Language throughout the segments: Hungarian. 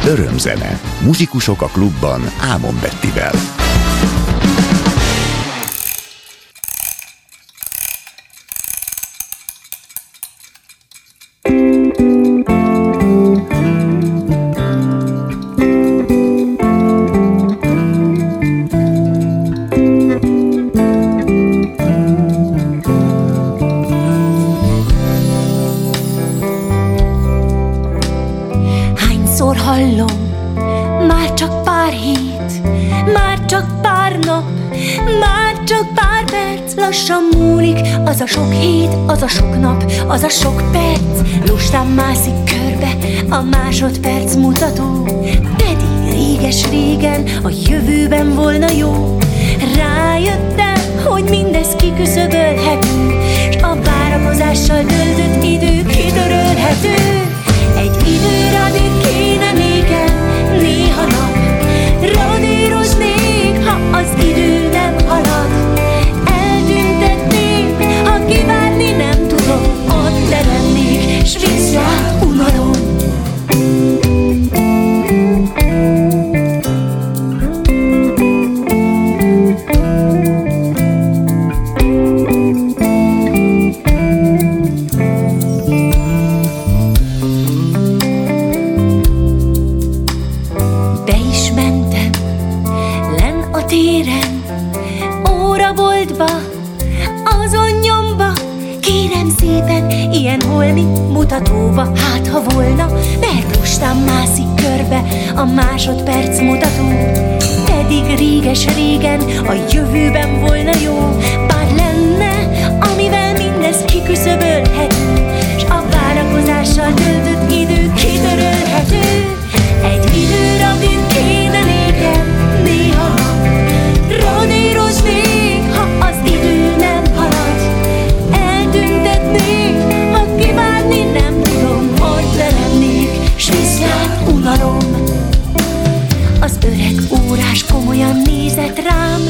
Örömzene. Muzsikusok a klubban Ámon Bettivel. Az a sok hét, az a sok nap, az a sok perc lustán mászik körbe a másodperc mutató. Pedig réges-régen a jövőben volna jó. Rájöttem, hogy mindez kiküszöbölhető, s a várakozással töltött idő kitörölhető. Egy időradír kéne nékem, néha nap. Radíroznék, ha az idő nem halad. Kívánni nem tudom, ott lennék, s visz rá unalom. Be is mentem, lenn a téren, óraboltba, azon nyomba, kérem szépen, ilyen holmi mutatóba. Hát ha volna, mert lustán mászik körbe a másodperc mutató. Pedig réges-régen a jövőben volna jó. Bár lenne, amivel mindez kiküszöbölhető, s a várakozással töltött idő kitörölhető. Egy időradír kéne nékem, néha radíroznék, ha az idő nem halad. Eltüntetnék, ha kívánni nem tudom, ott lennék, s visz rá unalom. Az öreg órás komolyan nézett rám.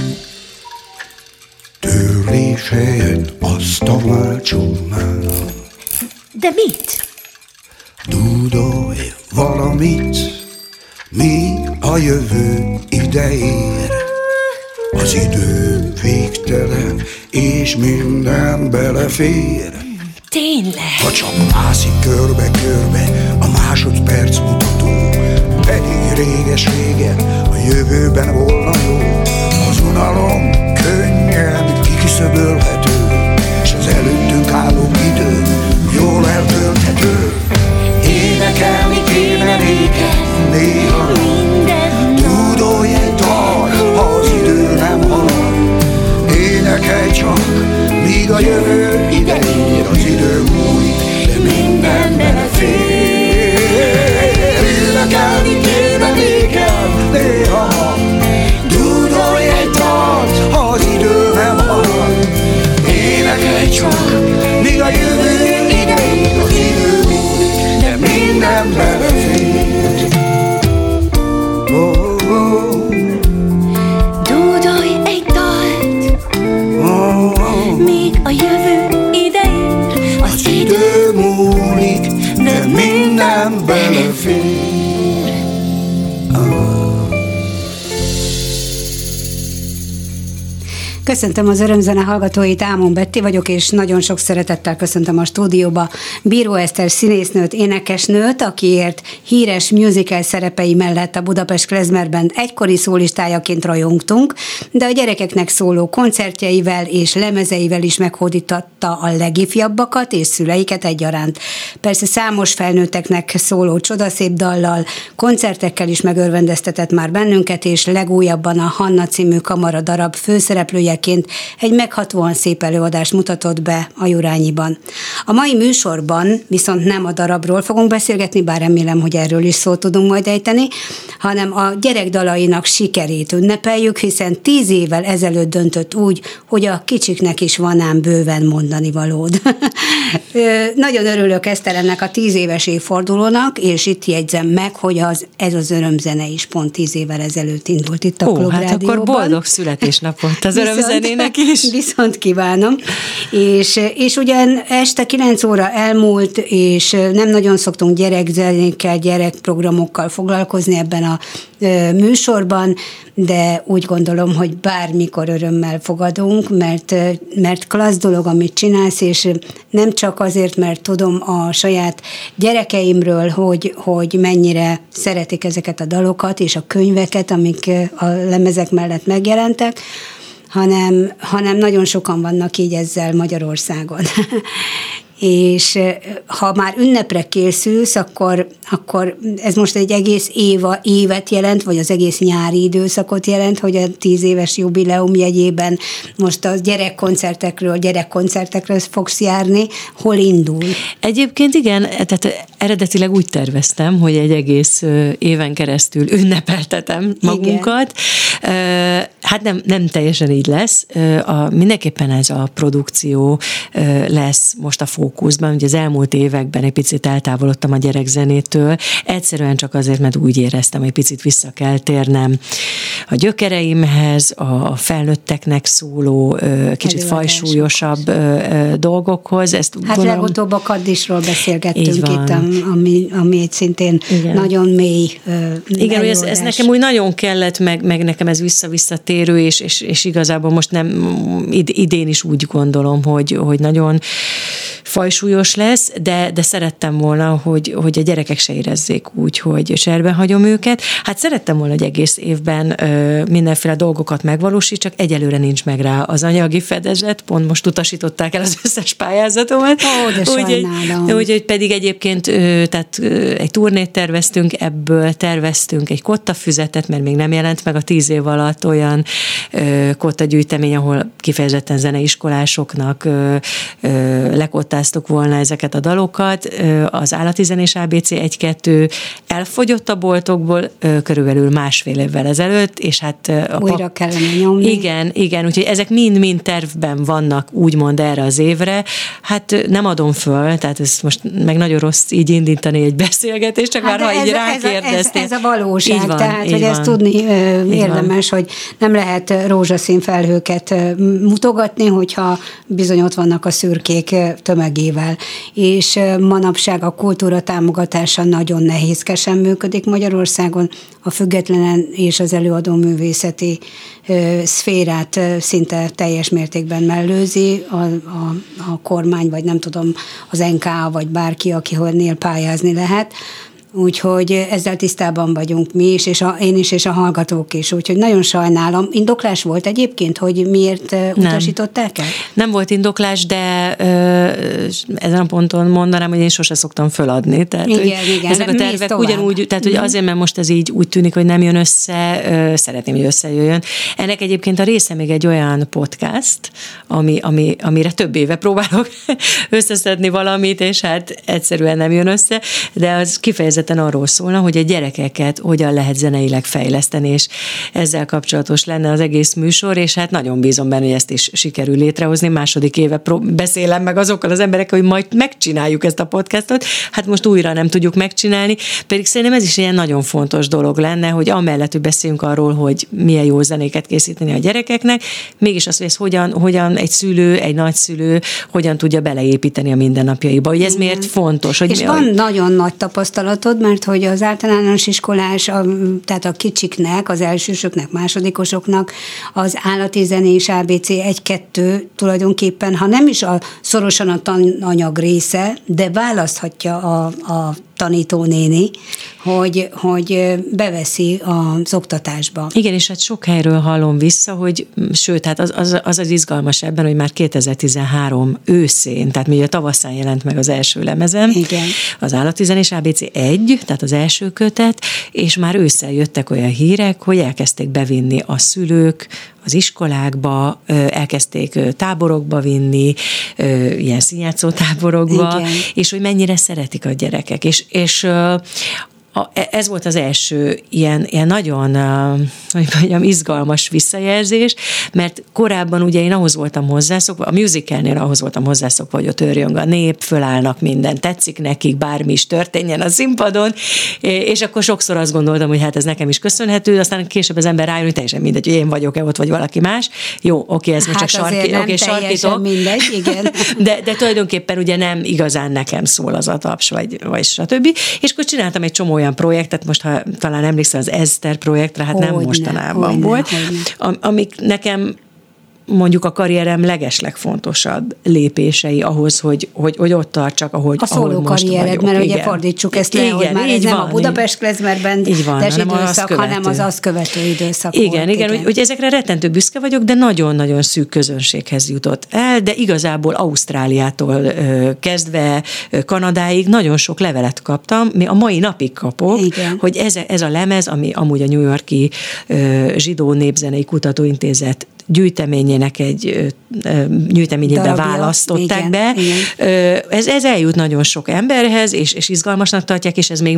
Törés helyett azt tanácsolnám. De mit? Dúdolj valamit, míg a jövő ideér. Az idő végtelen, és minden belefér. Tényleg? Ha csak mászik körbe-körbe a másodperc mutató. Pedig réges-régen a jövőben volna jó. Az unalom könnyen kiküszöbölhető, s az előttünk álló idő jól eltölthető. Énekelni kéne nékem néha, dúdolj egy dal, ha az idő nem halad. Énekelj csak, míg a jövő ideér. Az idő múlik, de minden belefér. Énekelni kéne nékem néha, dúdolj egy dalt, ha az idő nem halad. Énekelj csak, míg a jövő ideér. Az idő múlik, de minden belefér. Oh, oh. Dúdolj egy dalt, míg a jövő ideér. Az idő múlik, de minden belefér. Köszöntöm az Örömzene hallgatóit, Ámon Betti vagyok, és nagyon sok szeretettel köszöntöm a stúdióba Bíró Eszter színésznőt, énekesnőt, akiért híres musical szerepei mellett a Budapest Klezmerben egykori szólistájaként rajongtunk, de a gyerekeknek szóló koncertjeivel és lemezeivel is meghódította a legifjabbakat és szüleiket egyaránt. Persze számos felnőtteknek szóló csodaszép dallal, koncertekkel is megörvendeztetett már bennünket, és legújabban a Hanna című kamaradarab főszereplője egy meghatóan szép előadást mutatott be a Jurányiban. A mai műsorban viszont nem a darabról fogunk beszélgetni, bár remélem, hogy erről is szót tudunk majd ejteni, hanem a gyerekdalainak sikerét ünnepeljük, hiszen 10 évvel ezelőtt döntött úgy, hogy a kicsiknek is van ám bőven mondani valód. Nagyon örülök Eszter ennek a 10 éves évfordulónak, és itt jegyzem meg, hogy ez az Örömzene is pont 10 évvel ezelőtt indult itt a Klubrádióban. Hát akkor boldog születésnapot az Örömzenének is. Viszont kívánom. És ugyan este 9 óra elmúlt, és nem nagyon szoktunk gyerekzenékkel, gyerekprogramokkal foglalkozni ebben a műsorban, de úgy gondolom, hogy bármikor örömmel fogadunk, mert klassz dolog, amit csinálsz, és nem csak azért, mert tudom a saját gyerekeimről, hogy mennyire szeretik ezeket a dalokat, és a könyveket, amik a lemezek mellett megjelentek, hanem nagyon sokan vannak így ezzel Magyarországon. És ha már ünnepre készülsz, akkor ez most egy egész évet jelent, vagy az egész nyári időszakot jelent, hogy a 10 éves jubileum jegyében most a gyerekkoncertekről fogsz járni. Hol indul? Egyébként igen, tehát eredetileg úgy terveztem, hogy egy egész éven keresztül ünnepeltetem magunkat. Igen. Hát nem teljesen így lesz. Mindenképpen ez a produkció lesz most a fókuszban. Ugye az elmúlt években egy picit eltávolodtam a gyerekzenétől, egyszerűen csak azért, mert úgy éreztem, hogy picit vissza kell térnem a gyökereimhez, a felnőtteknek szóló, kicsit fajsúlyosabb dolgokhoz. Legutóbb a Kaddisról beszélgettünk itt, ami egy szintén igen. Nagyon mély igen, hogy ez nekem úgy nagyon kellett, meg nekem ez visszatérő, és igazából most nem idén is úgy gondolom, hogy nagyon fajsúlyos lesz, de szerettem volna, hogy a gyerekek se érezzék úgy, hogy cserben hagyom őket. Hát szerettem volna, hogy egész évben mindenféle dolgokat megvalósítsak, egyelőre nincs meg rá az anyagi fedezet, pont most utasították el az összes pályázatomat. Úgyhogy pedig egyébként tehát egy turnét terveztünk, ebből terveztünk egy kottafüzetet, mert még nem jelent meg a 10 év alatt olyan kottagyűjtemény, ahol kifejezetten zeneiskolásoknak lekottáztuk volna ezeket a dalokat. Az Állati Zenés ABC 1-2 elfogyott a boltokból körülbelül másfél évvel ezelőtt, és hát újra kellene nyomni. Igen, úgyhogy ezek mind tervben vannak, úgymond erre az évre. Hát nem adom föl, tehát ez most meg nagyon rossz így indítani egy beszélgetést, csak hát már ha így rákérdeztél. Ez a valóság, tehát hogy ezt tudni érdemes, hogy nem lehet rózsaszín felhőket mutogatni, hogyha bizony ott vannak a szürkék tömegével. És manapság a kultúra támogatása nagyon nehézkesen működik Magyarországon, a függetlenen és az előadó művészeti szférát szinte teljes mértékben mellőzi a kormány, vagy nem tudom, az NKA, vagy bárki, akinél pályázni lehet. Úgyhogy ezzel tisztában vagyunk mi is, és én is, és a hallgatók is. Úgyhogy nagyon sajnálom. Indoklás volt egyébként, hogy miért utasították el? Nem volt indoklás, de ezen a ponton mondanám, hogy én sose szoktam föladni. Tehát, igen. Ezek a tervek ugyanúgy, tehát hogy azért, mert most ez így úgy tűnik, hogy nem jön össze, szeretném, hogy összejöjjön. Ennek egyébként a része még egy olyan podcast, amire több éve próbálok összeszedni valamit, és hát egyszerűen nem jön össze, de az kifejezetten arról szólna, hogy a gyerekeket hogyan lehet zeneileg fejleszteni, és ezzel kapcsolatos lenne az egész műsor, és hát nagyon bízom benne, hogy ezt is sikerül létrehozni. Második éve beszélem meg azokkal az emberekkel, hogy majd megcsináljuk ezt a podcastot, hát most újra nem tudjuk megcsinálni, pedig szerintem ez is ilyen nagyon fontos dolog lenne, hogy amellett, hogy beszéljünk arról, hogy milyen jó zenéket készíteni a gyerekeknek, mégis az, hogy ez hogyan egy szülő, egy nagyszülő hogyan tudja beleépíteni a mindennapjaiba, hogy ez miért fontos. Hogy és van nagyon nagy tapasztalatod, mert hogy az általános iskolás, tehát a kicsiknek, az elsősöknek, másodikosoknak az Állati Zenés ABC 1-2 tulajdonképpen, ha nem is szorosan a tananyag része, de választhatja a tanítónéni, hogy beveszi az oktatásba. Igen, és hát sok helyről hallom vissza, hogy sőt, hát az izgalmas ebben, hogy már 2013 őszén, tehát ugye tavaszán jelent meg az első lemezem, igen. Az Állati Zenés ABC 1, tehát az első kötet, és már ősszel jöttek olyan hírek, hogy elkezdték bevinni a szülők az iskolákba, elkezdték táborokba vinni, ilyen színjátszó táborokba, igen. És hogy mennyire szeretik a gyerekek. És ez volt az első ilyen nagyon, hogy mondjam, izgalmas visszajelzés, mert korábban ugye én ahhoz voltam hozzászokva, a musicalnél ahhoz voltam hozzászokva, hogy ott őrjön a nép, fölállnak minden, tetszik nekik, bármi is történjen a színpadon, és akkor sokszor azt gondoltam, hogy hát ez nekem is köszönhető, aztán később az ember rájön, hogy teljesen mindegy, hogy én vagyok-e ott, vagy valaki más. Jó, oké, ez most csak sarkítok. Mindegy, igen. De tulajdonképpen ugye nem igazán nekem szól az a taps, vagy stb. És akkor csináltam egy csomó olyan projektet, most ha talán emlékszel az Eszter projektre, hát nem mostanában volt, amik nekem mondjuk a karrierem legeslegfontosabb lépései ahhoz, hogy ott tartsak, ahol most vagyok. A szóló karriered, mert ugye fordítsuk ezt le, hogy már ez nem a Budapest Klezmer Band időszak, hanem az azt követő időszak volt. Igen, hogy ezekre rettentő büszke vagyok, de nagyon-nagyon szűk közönséghez jutott el, de igazából Ausztráliától kezdve Kanadáig nagyon sok levelet kaptam, mi a mai napig kapok, hogy ez a lemez, ami amúgy a New York-i Zsidó Népzenei Kutatóintézet gyűjteményének egy gyűjteményében választották be. Ez eljut nagyon sok emberhez, és izgalmasnak tartják, és ez még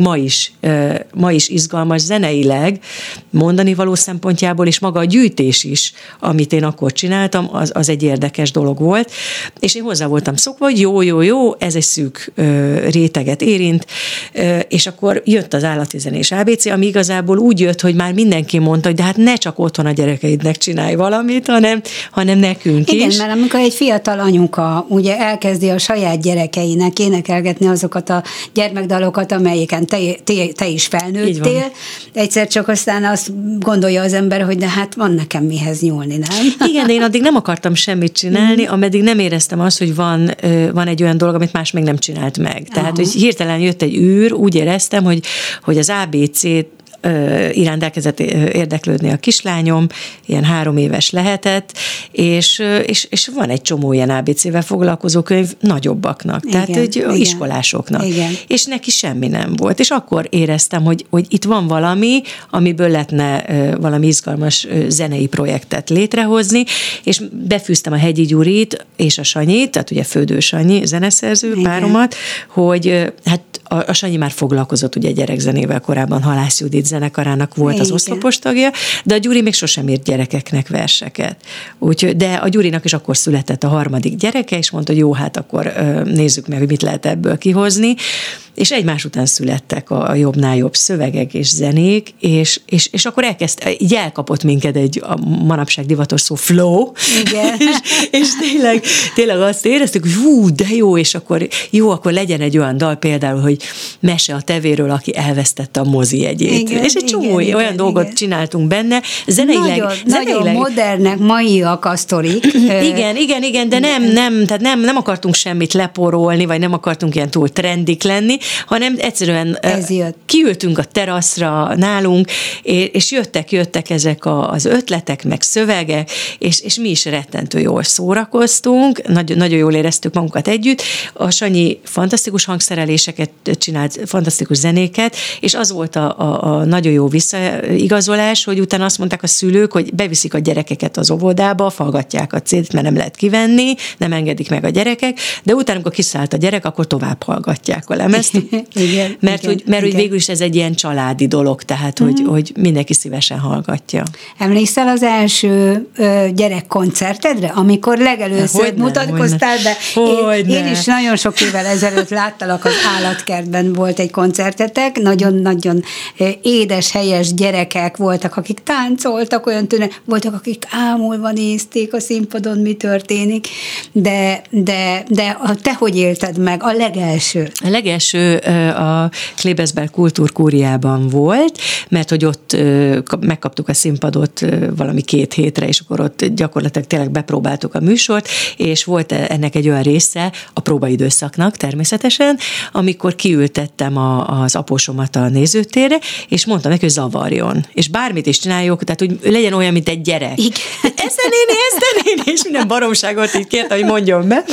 ma is izgalmas zeneileg, mondani való szempontjából, és maga a gyűjtés is, amit én akkor csináltam, az egy érdekes dolog volt, és én hozzá voltam szokva, hogy jó, ez egy szűk réteget érint, és akkor jött az állati zenés ABC, ami igazából úgy jött, hogy már mindenki mondta, hogy de hát ne csak otthon a gyerekeidnek csinálj valamit, hanem nekünk is. Igen, mert amikor egy fiatal anyuka ugye elkezdi a saját gyerekeinek énekelgetni azokat a gyermekdalokat, amelyeken te is felnőttél, egyszer csak aztán azt gondolja az ember, hogy de hát van nekem mihez nyúlni, nem? Igen, de én addig nem akartam semmit csinálni, ameddig nem éreztem azt, hogy van egy olyan dolog, amit más még nem csinált meg. Tehát, hogy hirtelen jött egy űr, úgy éreztem, hogy az ABC-t iránt elkezdett érdeklődni a kislányom, ilyen 3 éves lehetett, és van egy csomó ilyen ABC-vel foglalkozó könyv nagyobbaknak, tehát iskolásoknak. Igen. És neki semmi nem volt. És akkor éreztem, hogy itt van valami, amiből lehetne valami izgalmas zenei projektet létrehozni, és befűztem a Hegyi Gyurit és a Sanyit, tehát ugye Földő Sanyi zeneszerző páromat, hogy hát a Sanyi már foglalkozott ugye gyerekzenével korábban, Halász Judit zenekarának volt az oszlopos tagja, de a Gyuri még sosem írt gyerekeknek verseket. Úgyhogy, de a Gyurinak is akkor született a 3. gyereke, és mondta, hogy jó, hát akkor nézzük meg, hogy mit lehet ebből kihozni. És egymás után születtek a jobbnál jobb szövegek és zenék, és akkor így elkapott minket a manapság divatos szó flow, és tényleg azt éreztük, hogy hú, de jó, és akkor legyen egy olyan dal például, hogy Mese a tevéről, aki elvesztette a mozi jegyét. És egy csomó olyan dolgot csináltunk benne. Nagyon modernek, maiak a sztorik. Igen, de nem akartunk semmit leporolni, vagy nem akartunk ilyen túl trendik lenni, hanem egyszerűen kiültünk a teraszra nálunk, és jöttek ezek az ötletek, meg szövegek, és mi is rettentő jól szórakoztunk, nagyon jól éreztük magunkat együtt. A Sanyi fantasztikus hangszereléseket csinált, fantasztikus zenéket, és az volt a nagyon jó visszaigazolás, hogy utána azt mondták a szülők, hogy beviszik a gyerekeket az óvodába, fallgatják a CD-t, mert nem lehet kivenni, nem engedik meg a gyerekek, de utána, amikor kiszállt a gyerek, akkor tovább hallgatják a lemezt. Mert hogy végül is ez egy ilyen családi dolog, tehát hogy mindenki szívesen hallgatja. Emlékszel az első gyerekkoncertedre, amikor legelőször mutatkoztál be? Én is nagyon sok évvel ezelőtt láttalak, az Állatkertben volt egy koncertetek, nagyon-nagyon édes, helyes gyerekek voltak, akik táncoltak, voltak, akik ámulva nézték a színpadon, mi történik, de te hogy élted meg a legelső? A legelső a Klebesberg Kultúrkúriában volt, mert hogy ott megkaptuk a színpadot valami 2 hétre, és akkor ott gyakorlatilag tényleg bepróbáltuk a műsort, és volt ennek egy olyan része a próbaidőszaknak természetesen, amikor kiültettem az apósomat a nézőtérre, és mondtam neki, hogy zavarjon. És bármit is csináljuk, tehát hogy legyen olyan, mint egy gyerek. Ezt a néni, és minden baromságot így kérte, hogy mondjon be.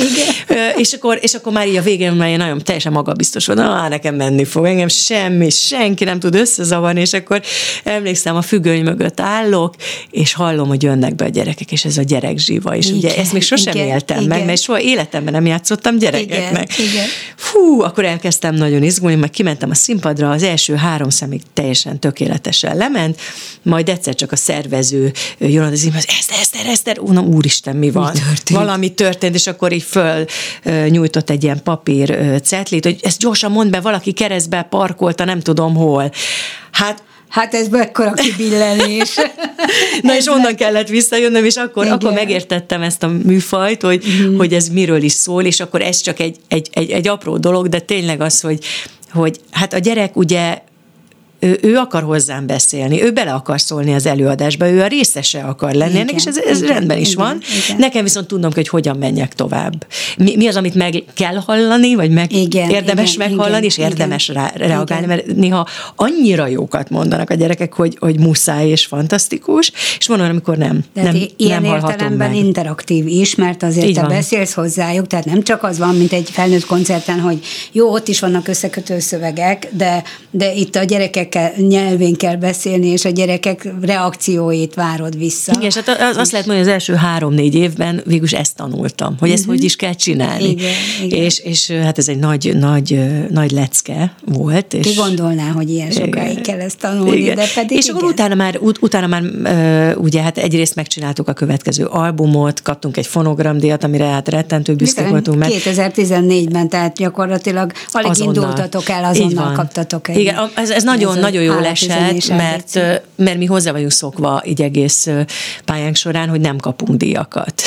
És akkor már így a végén már nagyon teljesen magabiztos volt, nekem menni fog, engem senki nem tud összezavarni, és akkor emlékszem, a függöny mögött állok, és hallom, hogy jönnek be a gyerekek, és ez a gyerekzsiva, és ugye ezt még sosem éltem meg, mert soha életemben nem játszottam gyerekeknek. akkor elkezdtem nagyon izgulni, majd kimentem a színpadra, az első 3 szemig teljesen tökéletesen lement, majd egyszer csak a szervező jön az imhez, Eszter, úristen, mi van? Valami történt, és akkor így föl nyújtott egy ilyen papír cetlit, hogy ezt gyorsan mondd be, valaki keresztbe parkolta, nem tudom hol. Hát ez mekkora kibillenés. Na és onnan kellett visszajönnöm, és akkor megértettem ezt a műfajt, hogy ez miről is szól, és akkor ez csak egy apró dolog, de tényleg az, hogy hát a gyerek ugye ő akar hozzám beszélni, ő bele akar szólni az előadásba, ő a részese akar lenni ennek, és ez rendben is van. Igen. Nekem viszont tudnom, hogy hogyan menjek tovább. Mi az, amit meg kell hallani, vagy érdemes meghallani, és érdemes rá reagálni, mert néha annyira jókat mondanak a gyerekek, hogy muszáj és fantasztikus, és van olyan, amikor nem ilyen hallhatom értelemben meg. Interaktív is, mert azért te beszélsz hozzájuk, tehát nem csak az van, mint egy felnőtt koncerten, hogy jó, ott is vannak összekötő szövegek, de itt a gyerekek nyelvén kell beszélni, és a gyerekek reakcióit várod vissza. Igen, és hát azt lehet mondani, az első 3-4 évben végülis ezt tanultam, hogy ezt hogy is kell csinálni. Igen. És hát ez egy nagy lecke volt. Ki gondolná, hogy ilyen sokáig kell ezt tanulni, igen. De pedig és akkor utána már ugye hát egyrészt megcsináltuk a következő albumot, kaptunk egy fonogramdíjat, amire hát rettentő büszkék voltunk. 2014-ben, tehát gyakorlatilag alig indultatok el, azonnal kaptatok egy. Igen, ez nagyon jól esett, mert mi hozzá vagyunk szokva így egész pályánk során, hogy nem kapunk díjakat.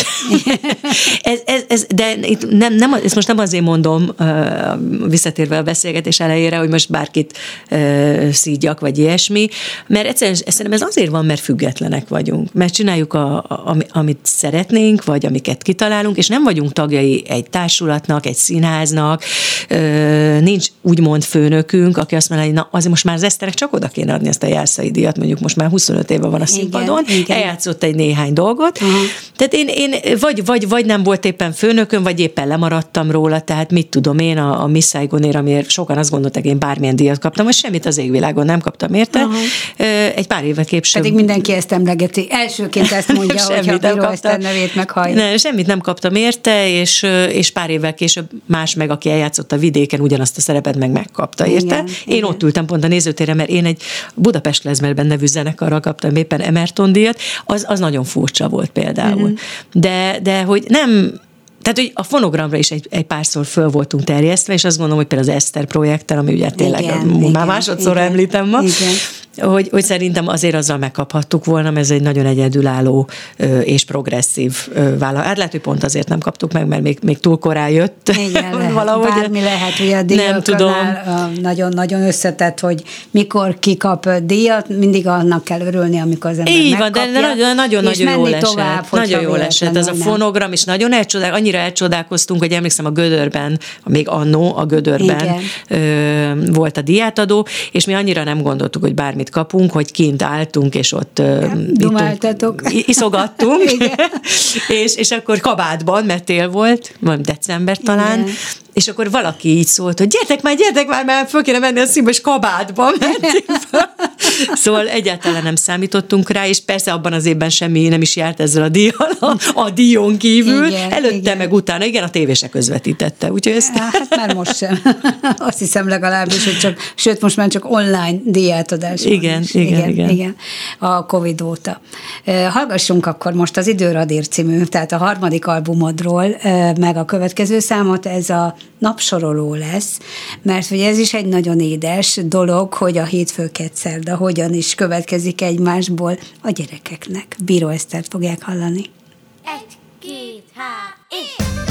De itt ezt most nem azért mondom, visszatérve a beszélgetés elejére, hogy most bárkit szídjak, vagy ilyesmi, mert egyszerűen szerintem ez azért van, mert függetlenek vagyunk, mert csináljuk amit szeretnénk, vagy amiket kitalálunk, és nem vagyunk tagjai egy társulatnak, egy színháznak, nincs úgymond főnökünk, aki azt mondja, hogy na, azért most már az Eszternek csak oda kéne adni ezt a Jászai díjat, mondjuk most már 25 éve van a színpadon, eljátszott egy néhány dolgot, tehát én vagy nem volt éppen főnököm, vagy éppen lemaradtam róla, tehát mit tudom én, a Miss Saigonért, amiért sokan azt gondolták, én bármilyen díjat kaptam, most semmit az égvilágon nem kaptam érte, egy pár éve később. Pedig mindenki ezt emlegeti. Elsőként ezt mondja, hogyha Bíró Eszter nevét meghallja. Nem, semmit nem kaptam érte, és pár évvel később más meg, aki eljátszott a vidéken, ugyanazt a szerepet megkapta érte. Én ott ültem pont a nézőtéren, mert én egy Budapest Klezmerben nevű zenekarral kaptam éppen Emerton díjat, az nagyon furcsa volt például. De hogy nem, tehát, hogy a fonogramra is egy párszor föl voltunk terjesztve, és azt gondolom, hogy például az Eszter projekttel, ami ugye tényleg már másodszor említem ma, hogy szerintem azért azzal megkaphattuk volna, mert ez egy nagyon egyedülálló és progresszív vállalat. Hát lehet, hogy pont azért nem kaptuk meg, mert még túl korán jött. Igen, valahogy bármi lehet, hogy a díjaknál nagyon-nagyon összetett, hogy mikor ki kap díjat, mindig annak kell örülni, amikor az ember megkapja. Így van, de nagyon-nagyon jól esett. Tovább, nagyon jól esett ez a fonogram, és nagyon annyira elcsodálkoztunk, hogy emlékszem a Gödörben, még annó a Gödörben volt a díjátadó, és mi annyira nem gondoltuk, hogy bármit kapunk, hogy kint álltunk, és ott iszogattunk, és akkor kabátban, mert tél volt, valami december talán, igen. És akkor valaki így szólt, hogy gyertek már, mert föl kéne menni a színbe, és kabátban mentünk föl. Szóval egyáltalán nem számítottunk rá, és persze abban az évben semmi nem is járt ezzel a díjjal, a díjon kívül. Igen, előtte meg utána, a tévése közvetítette. Úgyhogy ezt... Hát már most sem. Azt hiszem legalábbis, hogy sőt, most már csak online díjátadás van. Igen. A Covid óta. Hallgassunk akkor most az Időradír című, tehát a 3. albumodról, meg a következő számot, ez a napsoroló lesz, mert hogy ez is egy nagyon édes dolog, hogy a hétfő szerda hogyan is következik egymásból a gyerekeknek. Bíró Esztert fogják hallani. 1, 2, 3, és...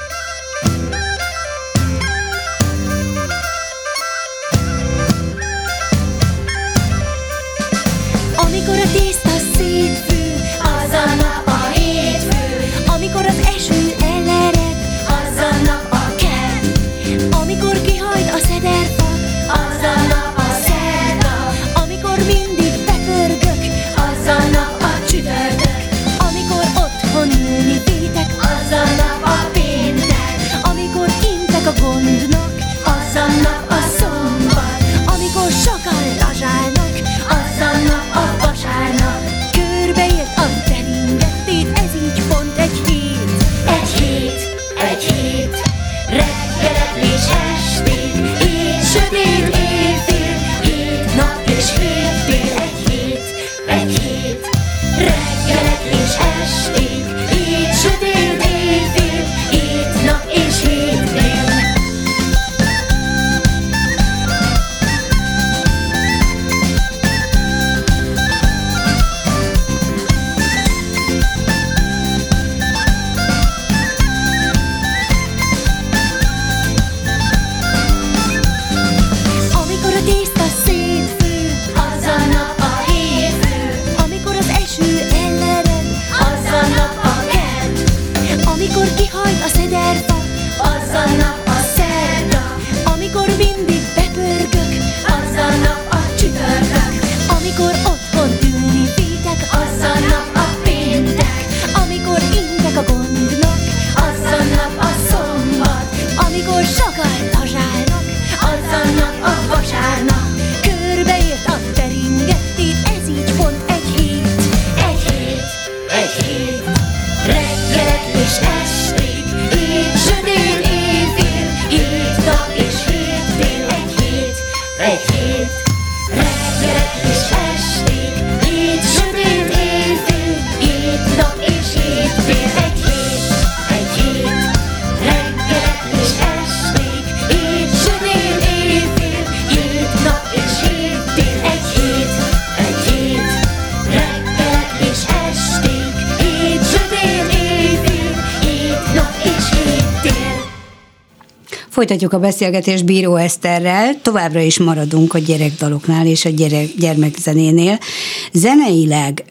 Amikor a tészta szétfű, az a nap a hétfő. Amikor az eső elered, az a nap a kedd. Amikor kihajt a szederfa, az a nap a szerda. Amikor mindig bepörgök, az a nap a csütörtök. Amikor otthon ülni vétek, az a nap a péntek. Amikor intek a gondnak, az a nap a szombat. Amikor sokan lazsálnak, az a nap a vasárnap. Körbeért a telingettét, ez így pont egy hét. Egy hét, reggelet és Folytatjuk a beszélgetést Bíró Eszterrel, továbbra is maradunk a gyerekdaloknál és a gyermekzenénél. Zeneileg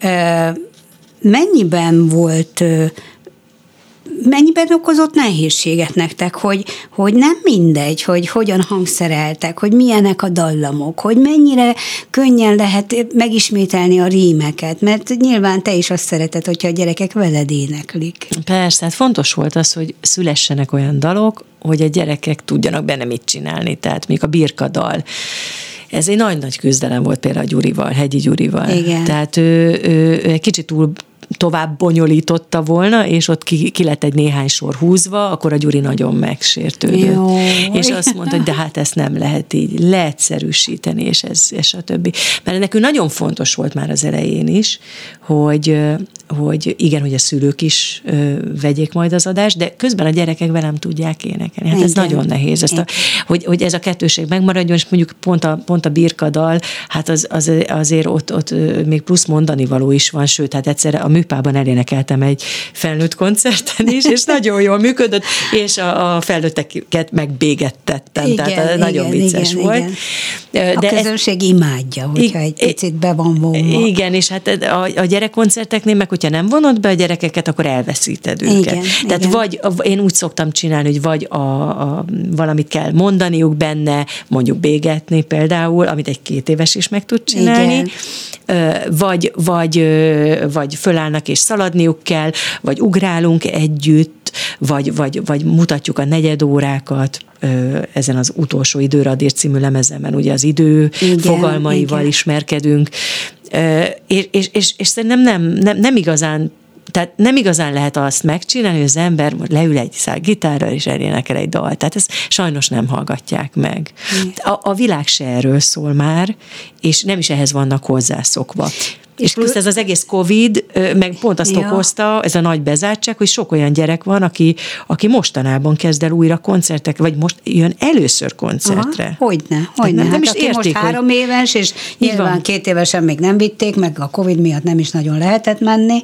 mennyiben okozott nehézséget nektek, hogy nem mindegy, hogy hogyan hangszereltek, hogy milyenek a dallamok, hogy mennyire könnyen lehet megismételni a rímeket, mert nyilván te is azt szereted, hogyha a gyerekek veled éneklik. Persze, hát fontos volt az, hogy szülessenek olyan dalok, hogy a gyerekek tudjanak benne mit csinálni, tehát még a birkadal. Ez egy nagy-nagy küzdelem volt például a Gyurival, Hegyi Gyurival. Igen. Tehát ő egy kicsit túl tovább bonyolította volna, és ott ki lett egy néhány sor húzva, akkor a Gyuri nagyon megsértődött. Jó. És azt mondta, hogy de hát ezt nem lehet így leegyszerűsíteni, és ez stb. Mert nekünk nagyon fontos volt már az elején is, hogy igen, hogy a szülők is vegyék majd az adást, de közben a gyerekek velem tudják énekelni. Hát igen. Ez nagyon nehéz, hogy ez a kettőség megmaradjon, és mondjuk pont a birkadal, hát azért ott még plusz mondani való is van, sőt, hát egyszer a műpában elénekeltem egy felnőtt koncerten is, és nagyon jól működött, és a felnőtteket megbégettettem, igen, tehát nagyon vicces volt. Igen. De a közönség imádja, hogyha egy picit be van vonva. Igen, és hát a gyerekkoncerteknél, meg hogyha nem vonod be a gyerekeket, akkor elveszíted őket. Igen, tehát igen. Vagy én úgy szoktam csinálni, hogy vagy valamit kell mondaniuk benne, mondjuk bégetni például, amit egy 2 éves is meg tud csinálni, igen. Vagy fölállnak és szaladniuk kell, vagy ugrálunk együtt, vagy mutatjuk a negyedórákat, ezen az utolsó Időre adért című lemezemen, ugye az idő igen, fogalmaival igen. ismerkedünk, és szerintem nem igazán, tehát nem igazán lehet azt megcsinálni, hogy az ember leül egy szál gitárral, és elénekel egy dalt. Tehát ezt sajnos nem hallgatják meg. A világ se erről szól már, és nem is ehhez vannak hozzászokva. És plusz ez az egész Covid, meg pont azt okozta, ez a nagy bezártság, hogy sok olyan gyerek van, aki mostanában kezd el újra koncertek, vagy most jön először koncertre. Aha, hogyne. Nem is értik, most 3 éves, és nyilván 2 évesen még nem vitték, meg a Covid miatt nem is nagyon lehetett menni,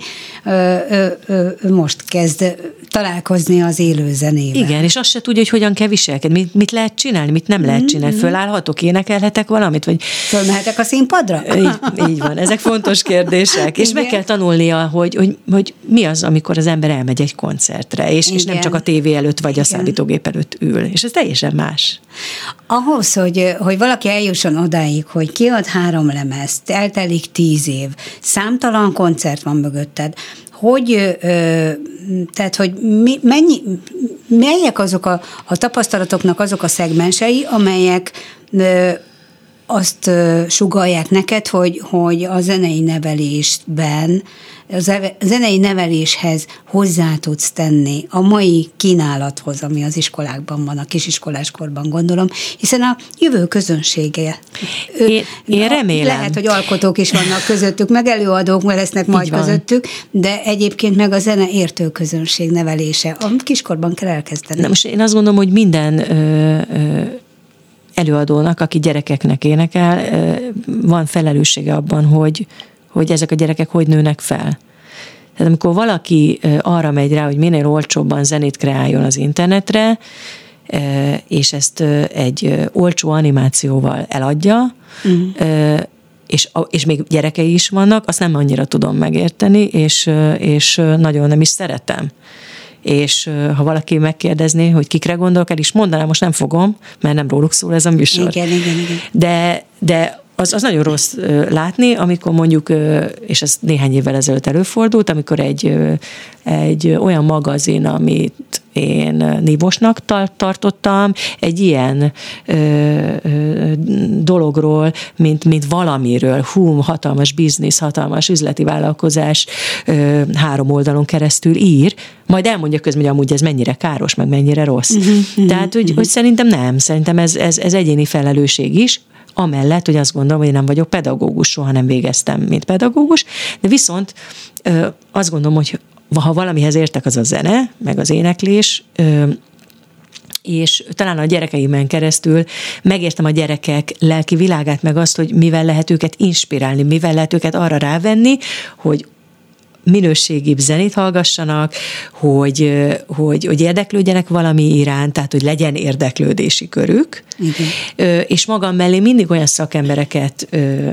most kezd találkozni az élő zenével. Igen, és azt se tudja, hogy hogyan kell viselkedni, mit lehet csinálni, mit nem lehet csinálni. Fölállhatok, énekelhetek valamit, vagy... Fölmehetek a színpadra? Így van, ezek fontos kérdések. És meg kell tanulnia, hogy mi az, amikor az ember elmegy egy koncertre, és nem csak a tévé előtt vagy a számítógép előtt ül. És ez teljesen más. Ahhoz, hogy valaki eljusson odáig, hogy kiad 3 lemezt, eltelik 10 év, számtalan koncert van mögötted, tehát, hogy melyek azok a tapasztalatoknak azok a szegmensei, amelyek azt sugallják neked, hogy a zenei nevelésben, a zenei neveléshez hozzá tudsz tenni a mai kínálathoz, ami az iskolákban van, a kisiskoláskorban gondolom, hiszen a jövő közönsége. Én remélem. Lehet, hogy alkotók is vannak közöttük, meg előadók lesznek majd közöttük, de egyébként meg a zene értő közönség nevelése. A kiskorban kell elkezdeni. Na most én azt gondolom, hogy minden előadónak, aki gyerekeknek énekel, van felelőssége abban, hogy ezek a gyerekek hogy nőnek fel. Tehát amikor valaki arra megy rá, hogy minél olcsóbban zenét kreáljon az internetre, és ezt egy olcsó animációval eladja, és még gyerekei is vannak, azt nem annyira tudom megérteni, és nagyon nem is szeretem. És ha valaki megkérdezné, hogy kikre gondolok, el is mondanám, most nem fogom, mert nem róluk szól ez a műsor. Igen. De az nagyon rossz látni, amikor mondjuk, és ez néhány évvel ezelőtt előfordult, amikor egy olyan magazin, amit én nívósnak tartottam, egy ilyen dologról, mint valamiről, hatalmas biznisz, hatalmas üzleti vállalkozás 3 oldalon keresztül ír, majd elmondja közben, hogy amúgy ez mennyire káros, meg mennyire rossz. Tehát, hogy szerintem nem, szerintem ez egyéni felelősség is, amellett, hogy azt gondolom, hogy én nem vagyok pedagógus, soha nem végeztem, mint pedagógus, de viszont azt gondolom, hogy ha valamihez értek, az a zene, meg az éneklés, és talán a gyerekeimen keresztül megértem a gyerekek lelki világát, meg azt, hogy mivel lehet őket inspirálni, mivel lehet őket arra rávenni, hogy minőségibb zenét hallgassanak, hogy érdeklődjenek valami iránt, tehát hogy legyen érdeklődési körük, és magam mellé mindig olyan szakembereket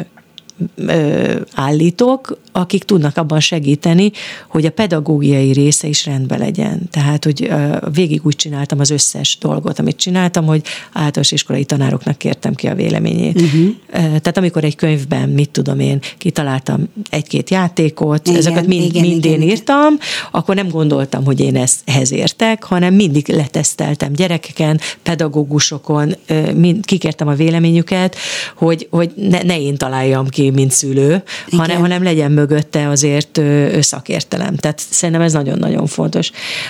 állítok, akik tudnak abban segíteni, hogy a pedagógiai része is rendben legyen. Tehát, hogy végig úgy csináltam az összes dolgot, amit csináltam, hogy általános iskolai tanároknak kértem ki a véleményét. Tehát amikor egy könyvben, mit tudom én, kitaláltam egy-két játékot, ezeket mind én írtam, akkor nem gondoltam, hogy én ehhez értek, hanem mindig leteszteltem gyerekeken, pedagógusokon, kikértem a véleményüket, hogy ne én találjam ki, mint szülő, hanem legyen mögötte azért szakértelem. Tehát szerintem ez nagyon-nagyon fontos.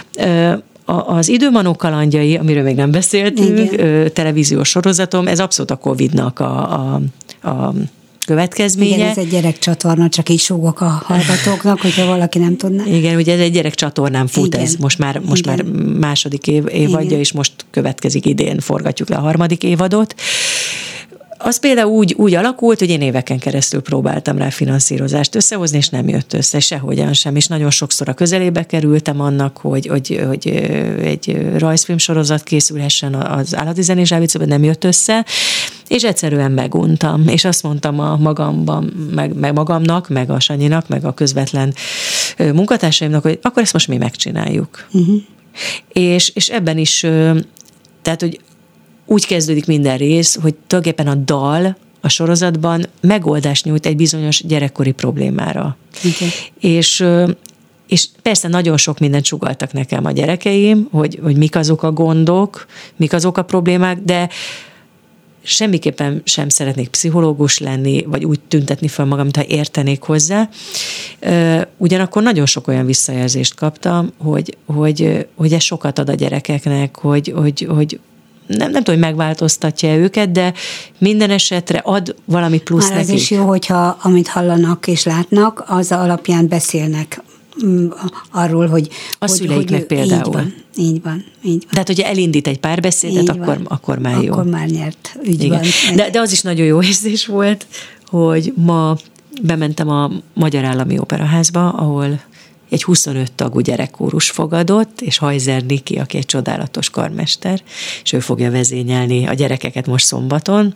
Az Időmanó kalandjai, amiről még nem beszéltünk, televíziós sorozatom, ez abszolút a Covid-nak a következménye. Igen, ez egy gyerekcsatorna, csak így súgok a hallgatóknak, hogyha valaki nem tudná. Igen, ugye ez egy gyerekcsatornán fut, ez most már második évadja, és most következik, idén forgatjuk le a 3. évadot. Az például úgy alakult, hogy én éveken keresztül próbáltam rá finanszírozást összehozni, és nem jött össze, sehogyan sem, és nagyon sokszor a közelébe kerültem annak, hogy egy rajzfilmsorozat készülhessen az Állati Zenés Zsábicóban, nem jött össze, és egyszerűen meguntam, és azt mondtam magamban, meg magamnak, meg a Sanyinak, meg a közvetlen munkatársaimnak, hogy akkor ezt most mi megcsináljuk. És ebben is, tehát, hogy úgy kezdődik minden rész, hogy tulajdonképpen a dal a sorozatban megoldást nyújt egy bizonyos gyerekkori problémára. És persze nagyon sok mindent sugalltak nekem a gyerekeim, hogy mik azok a gondok, mik azok a problémák, de semmiképpen sem szeretnék pszichológus lenni, vagy úgy tüntetni fel magam, mintha értenék hozzá. Ugyanakkor nagyon sok olyan visszajelzést kaptam, hogy ez sokat ad a gyerekeknek, hogy nem tudom, hogy megváltoztatja őket, de minden esetre ad valami plusz nekik. Már az is jó, hogyha amit hallanak és látnak, az alapján beszélnek arról, hogy... A szüleiknek például. Így van. Tehát, hogyha elindít egy párbeszédet, akkor már jó. Akkor már nyert. Így van. De az is nagyon jó érzés volt, hogy ma bementem a Magyar Állami Operaházba, ahol egy 25 tagú gyerekkórus fogadott, és Hajzer Niki, aki egy csodálatos karmester, és ő fogja vezényelni a gyerekeket most szombaton,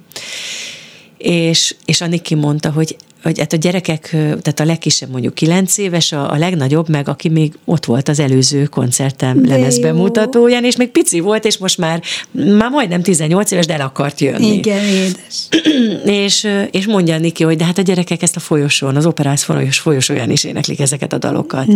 és a Niki mondta, hogy hát a gyerekek, tehát a legkisebb mondjuk 9 éves, a legnagyobb meg, aki még ott volt az előző koncertem lemezbemutatóján, és még pici volt, és most már majdnem 18 éves, de el akart jönni. Igen, édes. És mondja Niki, hogy de hát a gyerekek ezt a folyosón, az operász folyosóján is éneklik ezeket a dalokat.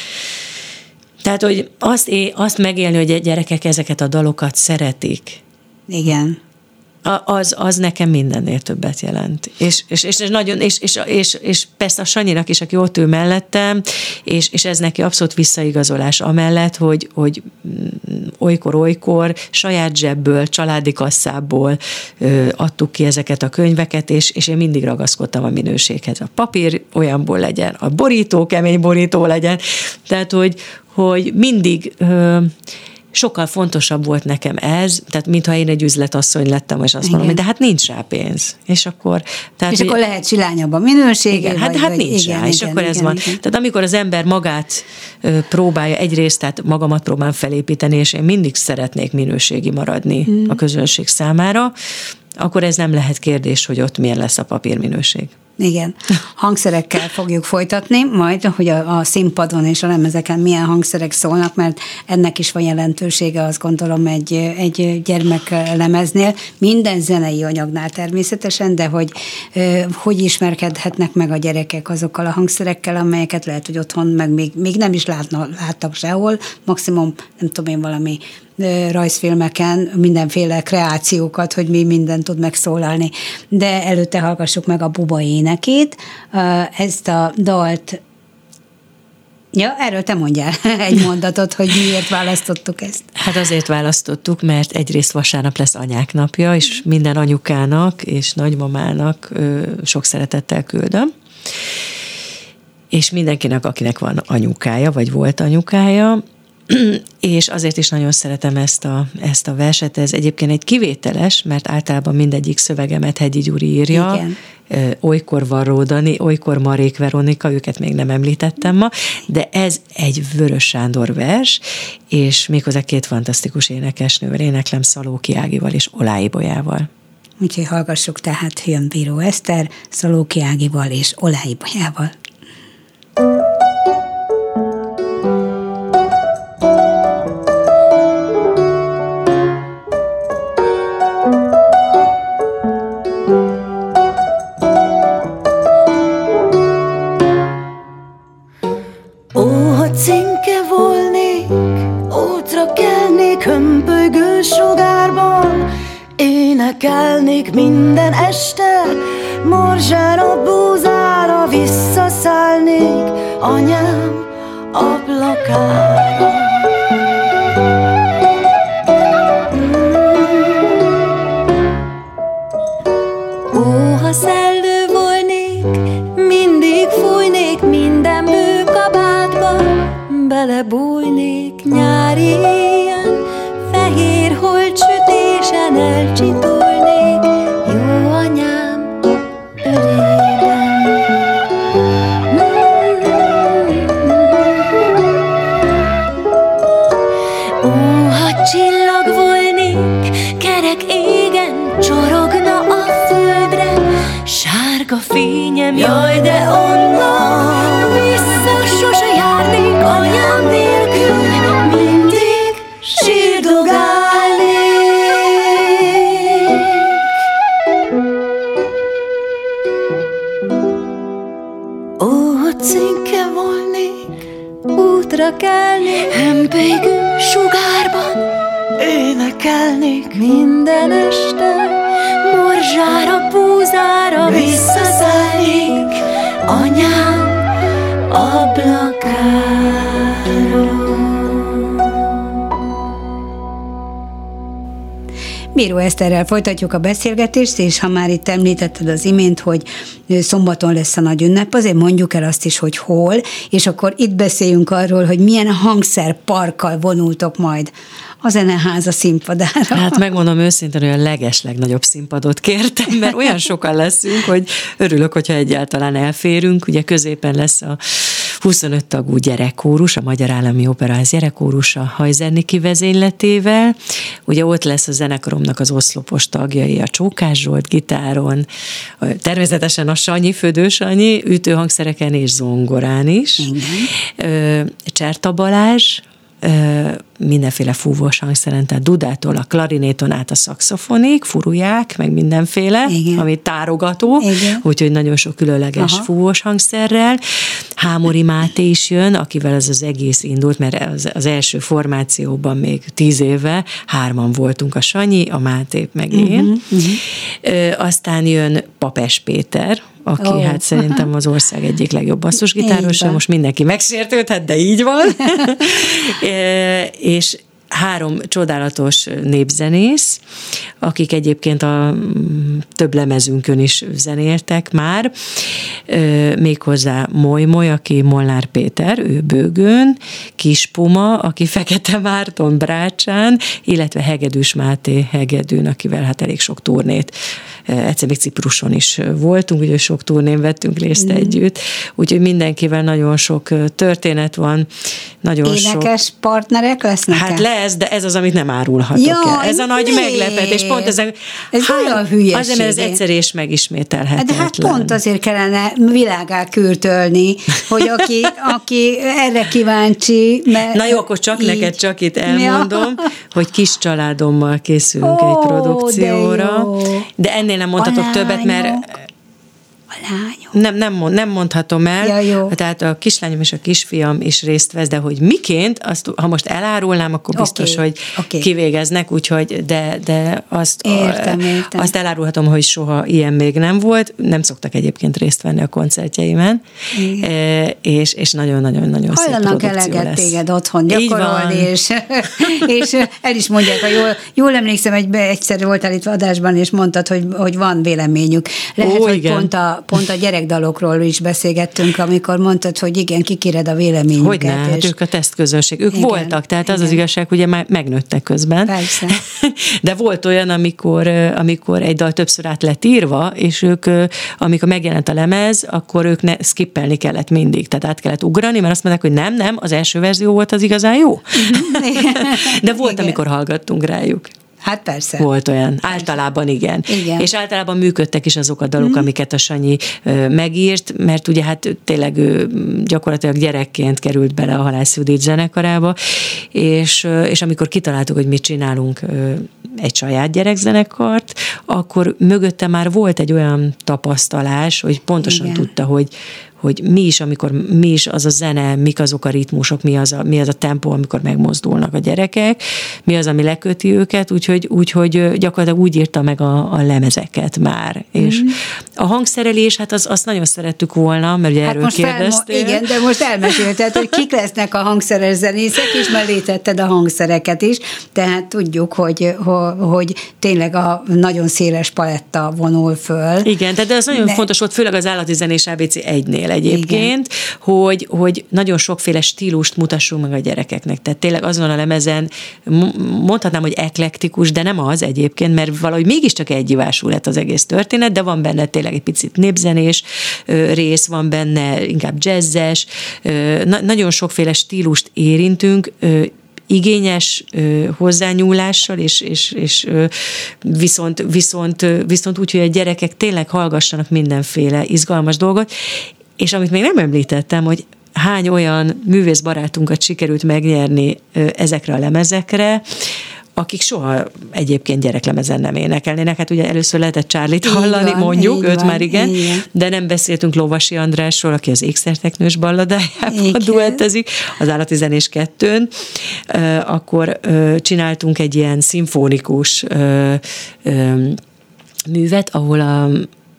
Tehát, hogy azt megélni, hogy a gyerekek ezeket a dalokat szeretik. Igen. Az nekem mindennél többet jelent. És nagyon, és persze a Sanyinak is, aki ott ül mellettem, és ez neki abszolút visszaigazolás amellett, hogy olykor saját zsebből, családi kasszából adtuk ki ezeket a könyveket, és én mindig ragaszkodtam a minőséghez. A papír olyanból legyen, a borító kemény borító legyen, tehát, hogy mindig... sokkal fontosabb volt nekem ez, tehát mintha én egy üzletasszony lettem, és azt mondom, hogy de hát nincs rá pénz. És akkor lehet silányabb a minőség. Igen, hát nincs rá, és akkor ez van. Tehát amikor az ember magát próbálja, egyrészt, tehát magamat próbálom felépíteni, és én mindig szeretnék minőségi maradni a közönség számára, akkor ez nem lehet kérdés, hogy ott milyen lesz a papírminőség. Igen. Hangszerekkel fogjuk folytatni, majd, hogy a színpadon és a lemezeken milyen hangszerek szólnak, mert ennek is van jelentősége, azt gondolom, egy gyermeklemeznél, minden zenei anyagnál természetesen, de hogy ismerkedhetnek meg a gyerekek azokkal a hangszerekkel, amelyeket lehet, hogy otthon meg még nem is láttak sehol, maximum, nem tudom én, valami rajzfilmeken mindenféle kreációkat, hogy mi minden tud megszólalni. De előtte hallgassuk meg a Buba énekét. Ezt a dalt... Ja, erről te mondjál egy mondatot, hogy miért választottuk ezt. Hát azért választottuk, mert egyrészt vasárnap lesz anyák napja, és minden anyukának és nagymamának sok szeretettel küldöm. És mindenkinek, akinek van anyukája, vagy volt anyukája, és azért is nagyon szeretem ezt a verset. Ez egyébként egy kivételes, mert általában mindegyik szövegemet Hegyi Gyuri írja. Igen. Olykor Varró Dani, olykor Marék Veronika, őket még nem említettem ma, de ez egy Vörös Sándor vers, és méghozzá 2 fantasztikus énekesnővel, éneklem Szalóki Ágival és Olái Bolyával. Úgyhogy hallgassuk tehát, jön Bíró Eszter, Szalóki Ágival és Olái Bolyával. Cinke volnék, útra kelnék hömpölygő sugárban, énekelnék minden este, morzsára, búzára visszaszállnék anyám ablakára. Ó, ha szellő volnék, mindig fújnék minden bőkabátba, belebújnék nyári éjjel, fehér holtsütésen elcsitulnék jó anyám ölében. Ó, ha csillag volnék, kerek égen csorogna a földre, sárga fényem, jaj, de onnan vissza sose járnék anyám nélkül, mindig sírdogálnék. Ó, hogy cinke volnék, útra kelnék, hömpölygő sugárban, énekelnék minden este, morzsára, búzára visszaszállnék anyám ablakáról. Bíró Eszterrel folytatjuk a beszélgetést, és ha már itt említetted az imént, hogy szombaton lesz a nagy ünnep, azért mondjuk el azt is, hogy hol, és akkor itt beszéljünk arról, hogy milyen hangszerparkkal vonultok majd a Zeneháza színpadára. Hát megmondom őszintén, hogy a legeslegnagyobb színpadot kértem, mert olyan sokan leszünk, hogy örülök, hogyha egyáltalán elférünk. Ugye középen lesz a 25 tagú gyerekkórus, a Magyar Állami Operaház gyerekkórus a Hajzer Niki vezényletével. Ugye ott lesz a zenekaromnak az oszlopos tagjai, a Csókás Zsolt gitáron, természetesen a Sanyi, Födő Sanyi, ütőhangszereken és zongorán is. Cserta Balázs, mindenféle fúvós hangszeren, tehát dudától a klarinéton át a szaxofonig, furuják, meg mindenféle, igen, ami tárogató, úgyhogy nagyon sok különleges fúvós hangszerrel. Hámori Máté is jön, akivel ez az egész indult, mert az első formációban még 10 éve 3-an voltunk, a Sanyi, a Máté, meg én. Aztán jön Papes Péter, aki hát szerintem az ország egyik legjobb basszusgitárosa, most mindenki megsértődhet, de így van. És 3 csodálatos népzenész, akik egyébként a több lemezünkön is zenéltek már, méghozzá Moly, aki Molnár Péter, ő bőgőn, Kis Puma, aki Fekete Márton Brácsán, illetve Hegedűs Máté hegedűn, akivel hát elég sok turnét, egyszer még Cipruson is voltunk, úgyhogy sok turnén vettünk részt együtt, úgyhogy mindenkivel nagyon sok történet van, nagyon énekes partnerek lesznek? Hát lesz, de ez az, amit nem árulhatok el. Ez a nagy meglepetés, pont ez olyan hülyeség. Azért, mert ez egyszer és megismételhetetlen. De hát pont azért kellene világá kürtölni, hogy aki erre kíváncsi. Mert... Na jó, akkor csak így. Neked csak itt elmondom, hogy kis családommal készülünk egy produkcióra, de ennél nem mondhatok többet, mert nem mondhatom el. Ja, tehát a kislányom és a kisfiam is részt vesz, de hogy miként, azt, ha most elárulnám, akkor biztos, hogy kivégeznek, úgyhogy de azt elárulhatom, hogy soha ilyen még nem volt. Nem szoktak egyébként részt venni a koncertjeimen, és nagyon-nagyon-nagyon szép produkció lesz. Hallanak eleget téged otthon gyakorolni, és el is mondják, ha jól emlékszem, egyszer voltál itt adásban, és mondtad, hogy van véleményük. Lehet, hogy pont a gyerekdalokról is beszélgettünk, amikor mondtad, hogy igen, kikéred a véleményüket. Hogyne, hát ők a tesztközönség. Ők voltak, tehát igen. Az igazság, ugye már megnőttek közben. Persze. De volt olyan, amikor egy dal többször át lett írva, és ők, amikor megjelent a lemez, akkor ők skippelni kellett mindig, tehát át kellett ugrani, mert azt mondták, hogy nem, az első verzió volt az igazán jó. De volt, igen. Amikor hallgattunk rájuk. Hát persze. Volt olyan. Általában igen. És általában működtek is azok a dalok, amiket a Sanyi megírt, mert ugye hát tényleg ő gyakorlatilag gyerekként került bele a Halász Judit zenekarába, és amikor kitaláltuk, hogy mit csinálunk egy saját gyerekzenekart, akkor mögötte már volt egy olyan tapasztalás, hogy pontosan tudta, hogy mi is az a zene, mik azok a ritmusok, mi az a tempó, amikor megmozdulnak a gyerekek, mi az, ami leköti őket, úgyhogy gyakorlatilag úgy írta meg a lemezeket már. És a hangszerelés, hát azt nagyon szerettük volna, mert ugye erről kérdeztél. Igen, de most elmesélted, hogy kik lesznek a hangszeres zenészek, és már létetted a hangszereket is, tehát tudjuk, hogy tényleg a nagyon széles paletta vonul föl. Igen, de az nagyon fontos volt, főleg az Állati Zenés ABC 1-nél egyébként, hogy nagyon sokféle stílust mutassunk meg a gyerekeknek. Tehát tényleg azon a lemezen mondhatnám, hogy eklektikus, de nem az egyébként, mert valahogy mégiscsak egyivású lett az egész történet, de van benne tényleg egy picit népzenés rész, van benne inkább jazzes, nagyon sokféle stílust érintünk, igényes hozzányúlással, és viszont úgy, hogy a gyerekek tényleg hallgassanak mindenféle izgalmas dolgot, és amit még nem említettem, hogy hány olyan művészbarátunkat sikerült megnyerni ezekre a lemezekre, akik soha egyébként gyereklemezen nem énekelnének. Hát ugye először lehetett Charlie-t hallani, mondjuk, őt már igen, de nem beszéltünk Lovasi Andrásról, aki az Ékszerteknős balladájában duettezik, az Állati Zenés 2-n. Akkor csináltunk egy ilyen szimfonikus művet, ahol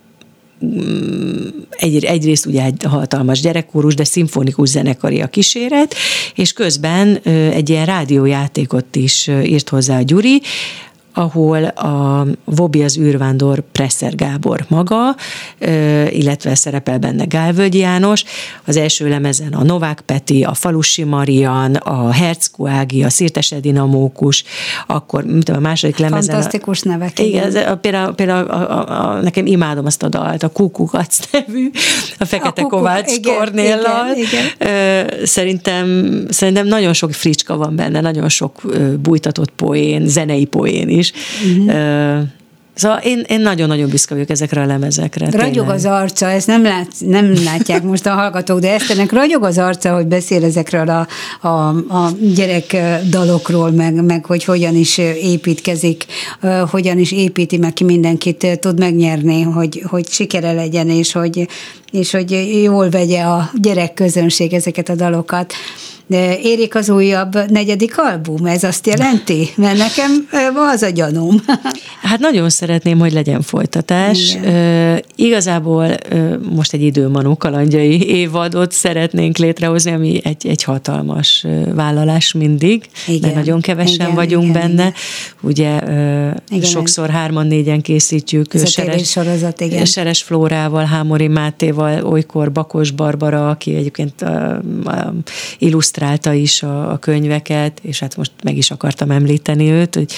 egyrészt ugye egy hatalmas gyerekkórus, de szimfonikus zenekari a kíséret, és közben egy ilyen rádiójátékot is írt hozzá a Gyuri, ahol a Vobi az űrvándor Presser Gábor maga, illetve szerepel benne Gálvölgyi János, az első lemezen a Novák Peti, a Falusi Marian, a Herckó Ági, a Szirtes Edina Mókus, akkor a második lemezen... Fantasztikus nevek. Igen, például nekem imádom azt a dalt, a Kukukac nevű, a Fekete Kovács Kornéllal. Szerintem nagyon sok fricska van benne, nagyon sok bújtatott poén, zenei poén is. Szóval én nagyon-nagyon büszke vagyok ezekre a lemezekre. Ragyog az arca, ezt nem látják most a hallgatók, de Eszternek ragyog az arca, hogy beszél ezekről a gyerekdalokról, meg hogy hogyan is építkezik, hogyan is építi meg ki mindenkit, tud megnyerni, hogy sikere legyen, és hogy jól vegye a gyerekközönség ezeket a dalokat. De érik az újabb 4. album, ez azt jelenti? Mert nekem az a gyanúm. Hát nagyon szeretném, hogy legyen folytatás. Igazából most egy Időmanó kalandjai évadot szeretnénk létrehozni, ami egy hatalmas vállalás mindig, de nagyon kevesen vagyunk benne. Ugye sokszor 3-4-en készítjük. Seres Flórával, Hámori Mátéval, olykor Bakos Barbara, aki egyébként illusztrálta is a könyveket, és hát most meg is akartam említeni őt, hogy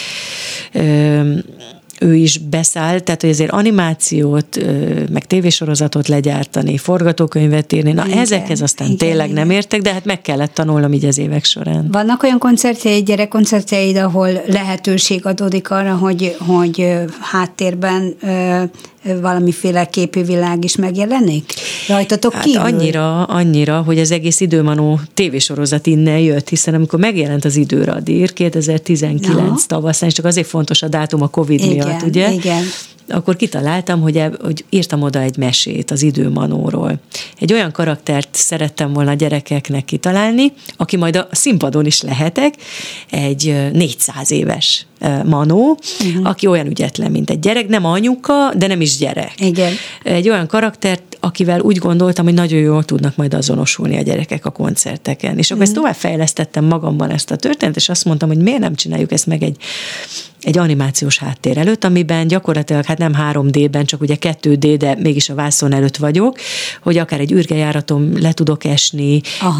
ő is beszáll, tehát hogy azért animációt, meg tévésorozatot legyártani, forgatókönyvet írni, ezekhez aztán tényleg nem értek, de hát meg kellett tanulnom így az évek során. Vannak olyan koncertjeid, gyerekkoncertjeid, ahol lehetőség adódik arra, hogy háttérben valamiféle képűvilág is megjelenik? Rajtatok kívül? Hát annyira, hogy az egész Időmanó tévésorozat innen jött, hiszen amikor megjelent az Időradír 2019 tavaszán, és csak azért fontos a dátum a Covid miatt, ugye? Igen. Akkor kitaláltam, hogy írtam oda egy mesét az Időmanóról. Egy olyan karaktert szerettem volna a gyerekeknek kitalálni, aki majd a színpadon is lehetek, egy 400 éves manó, aki olyan ügyetlen, mint egy gyerek, nem anyuka, de nem is gyerek. Igen. Egy olyan karaktert, akivel úgy gondoltam, hogy nagyon jól tudnak majd azonosulni a gyerekek a koncerteken. És akkor ezt tovább fejlesztettem magamban ezt a történetet, és azt mondtam, hogy miért nem csináljuk ezt meg egy animációs háttér előtt, amiben gyakorlatilag hát nem 3D-ben, csak ugye 2D, de mégis a vászon előtt vagyok, hogy akár egy űrgejáraton le tudok esni,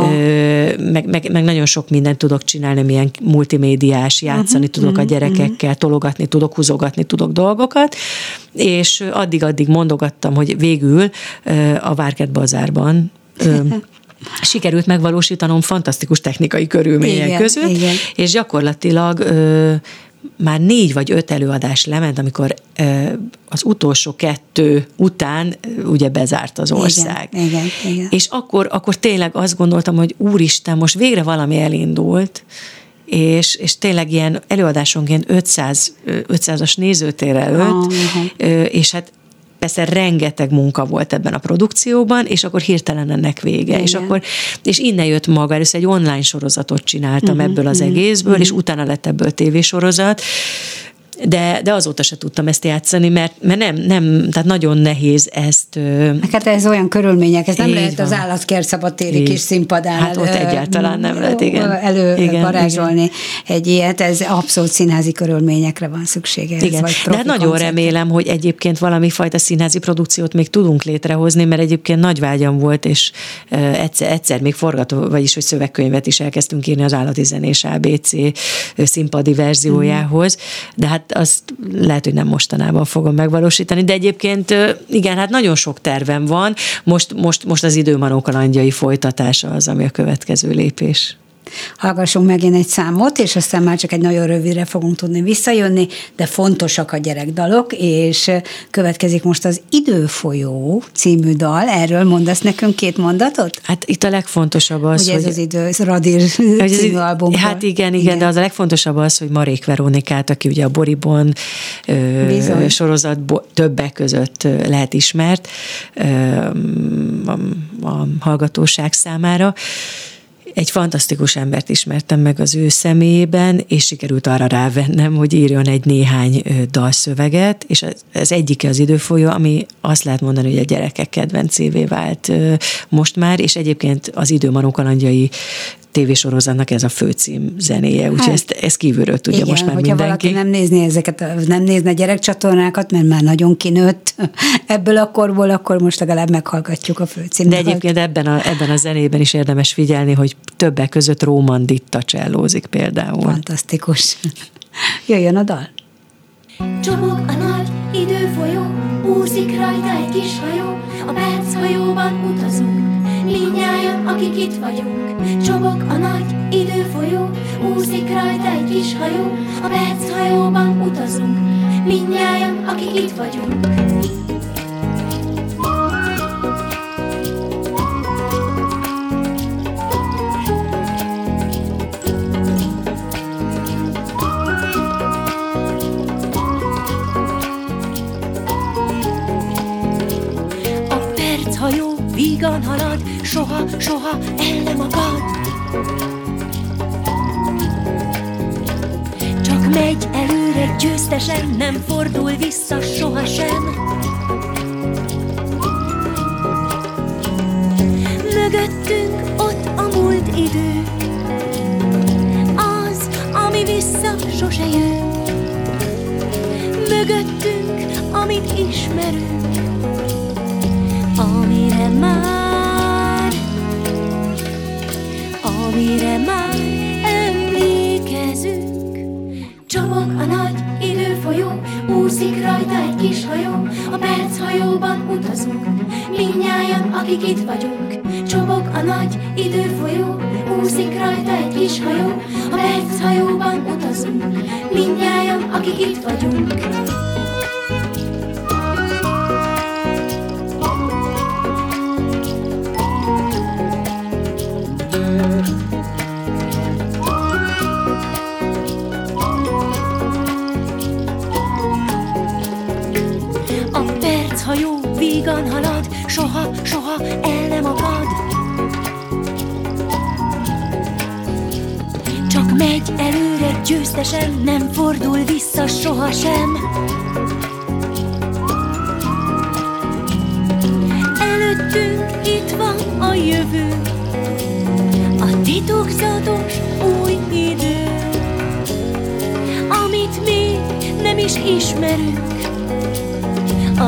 meg nagyon sok mindent tudok csinálni, milyen multimédiás, játszani tudok a gyerekekkel, tologatni tudok, húzogatni tudok dolgokat, és addig mondogattam, hogy végül a Várkert Bazárban sikerült megvalósítanom fantasztikus technikai körülmények között, és gyakorlatilag már 4 vagy 5 előadás lement, amikor az utolsó 2 után ugye bezárt az ország. Igen. És akkor tényleg azt gondoltam, hogy úristen, most végre valami elindult, és tényleg ilyen előadásonként 500-as nézőtér előtt, és hát persze rengeteg munka volt ebben a produkcióban, és akkor hirtelen ennek vége. És innen jött maga, először egy online sorozatot csináltam ebből az egészből, és utána lett ebből tévésorozat, de azóta se tudtam ezt játszani, mert nem, tehát nagyon nehéz ezt... Hát ez olyan körülmények, ez nem lehet az állatkert szabadtéri kis színpadán. Hát ott egyáltalán nem lehet, elővarázsolni egy ilyet, ez abszolút színházi körülményekre van szüksége. Igen, de hát nagyon remélem, hogy egyébként valami fajta színházi produkciót még tudunk létrehozni, mert egyébként nagy vágyam volt, és egyszer még vagyis hogy szövegkönyvet is elkezdtünk írni az Állati zenés ABC színpadi verziójához, de hát azt lehet, hogy nem mostanában fogom megvalósítani, de egyébként igen, hát nagyon sok tervem van, most az Időmanó kalandjai folytatása az, ami a következő lépés. Hallgassunk megint egy számot, és aztán már csak egy nagyon rövidre fogunk tudni visszajönni, de fontosak a gyerekdalok, és következik most az Időfolyó című dal. Erről mondasz nekünk 2 mondatot? Hát itt a legfontosabb az, ugye hogy... ez Radír című albumból. Hát igen, de az a legfontosabb az, hogy Marék Veronikát, aki ugye a Boribon sorozatból többek között lehet ismert a hallgatóság számára. Egy fantasztikus embert ismertem meg az ő személyében, és sikerült arra rávennem, hogy írjon egy néhány dalszöveget, és ez egyike az Időfolyó, ami azt lehet mondani, hogy a gyerekek kedvencévé vált most már, és egyébként az Időmanó kalandjai tévésorozatnak ez a főcím zenéje, úgyhogy ezt kívülről tudja igen, most már mindenki. Valaki nem nézné nem nézne gyerekcsatornákat, mert már nagyon kinőtt ebből a korból, akkor most legalább meghallgatjuk a főcímet. De egyébként ebben a zenében is érdemes figyelni, hogy többek között Róman Ditta csellózik például. Fantasztikus. Jöjjön a dal. Csobog a nagy időfolyó, úszik rajta egy kis hajó, a perchajóban utazunk, mindnyájan, akik itt vagyunk. Csobog a nagy időfolyó, úszik rajta egy kis hajó, a perchajóban utazunk, mindnyájan, akik itt vagyunk. Hajó vígan halad, soha el nem akad. Csak megy előre győztesen, nem fordul vissza sohasem. Mögöttünk ott a múlt idő, az, ami vissza sose jön. Mögöttünk, amit ismerünk, amire már emlékezünk. Csobog a nagy időfolyó, úszik rajta egy kis hajó, a perchajóban utazunk, mindnyájan, akik itt vagyunk. Csobog a nagy időfolyó, úszik rajta egy kis hajó, a perchajóban utazunk, mindnyájan, akik itt vagyunk. Hajó vígan halad, soha el nem akad. Csak megy előre győztesen, nem fordul vissza sohasem. Előttünk itt van a jövő, a titokzatos új idő, amit amit még nem is ismerünk. A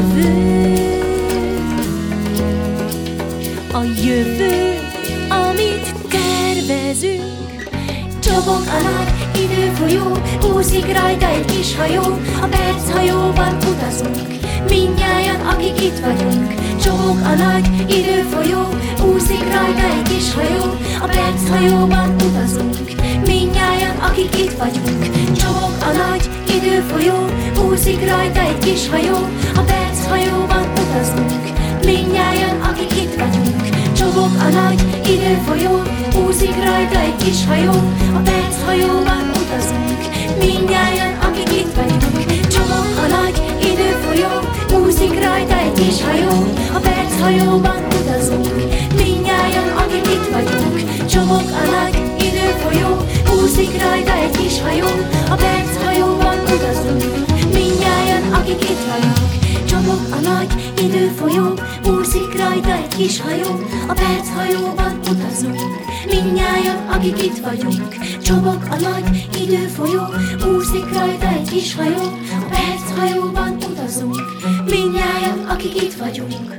jövő, amit tervezünk. Csobog a nagy időfolyó, úszik rajta egy kis hajó, a perchajóban utazunk, mindnyájan akik itt vagyunk. Csobog a nagy időfolyó, úszik rajta egy kis hajó, a perchajóban utazunk, mindnyájan akik itt vagyunk. Csobog a nagy időfolyó, úszik rajta egy kis hajó, a perchajóban utazunk, mindnyájan akik itt vagyunk. Csobog a nagy időfolyó, úszik rajta egy kis hajó, a perchajóban utazunk, mindnyájan akik itt vagyunk. Csobog a nagy időfolyó, úszik rajta egy kis hajó, a perchajóban utazunk, mindnyájan akik itt vagyunk. Csobog a nagy időfolyó, úszik rajta egy kis hajó, a perchajóban utazunk, mindnyájan akik itt vagyunk. Csobog a nagy időfolyó, úszik rajta egy kis hajó, a perchajóban utazunk, mindnyájan akik itt vagyunk. Csobog a nagy időfolyó, úszik rajta egy kis hajó, a perchajóban utazunk, mindnyájan akik itt vagyunk.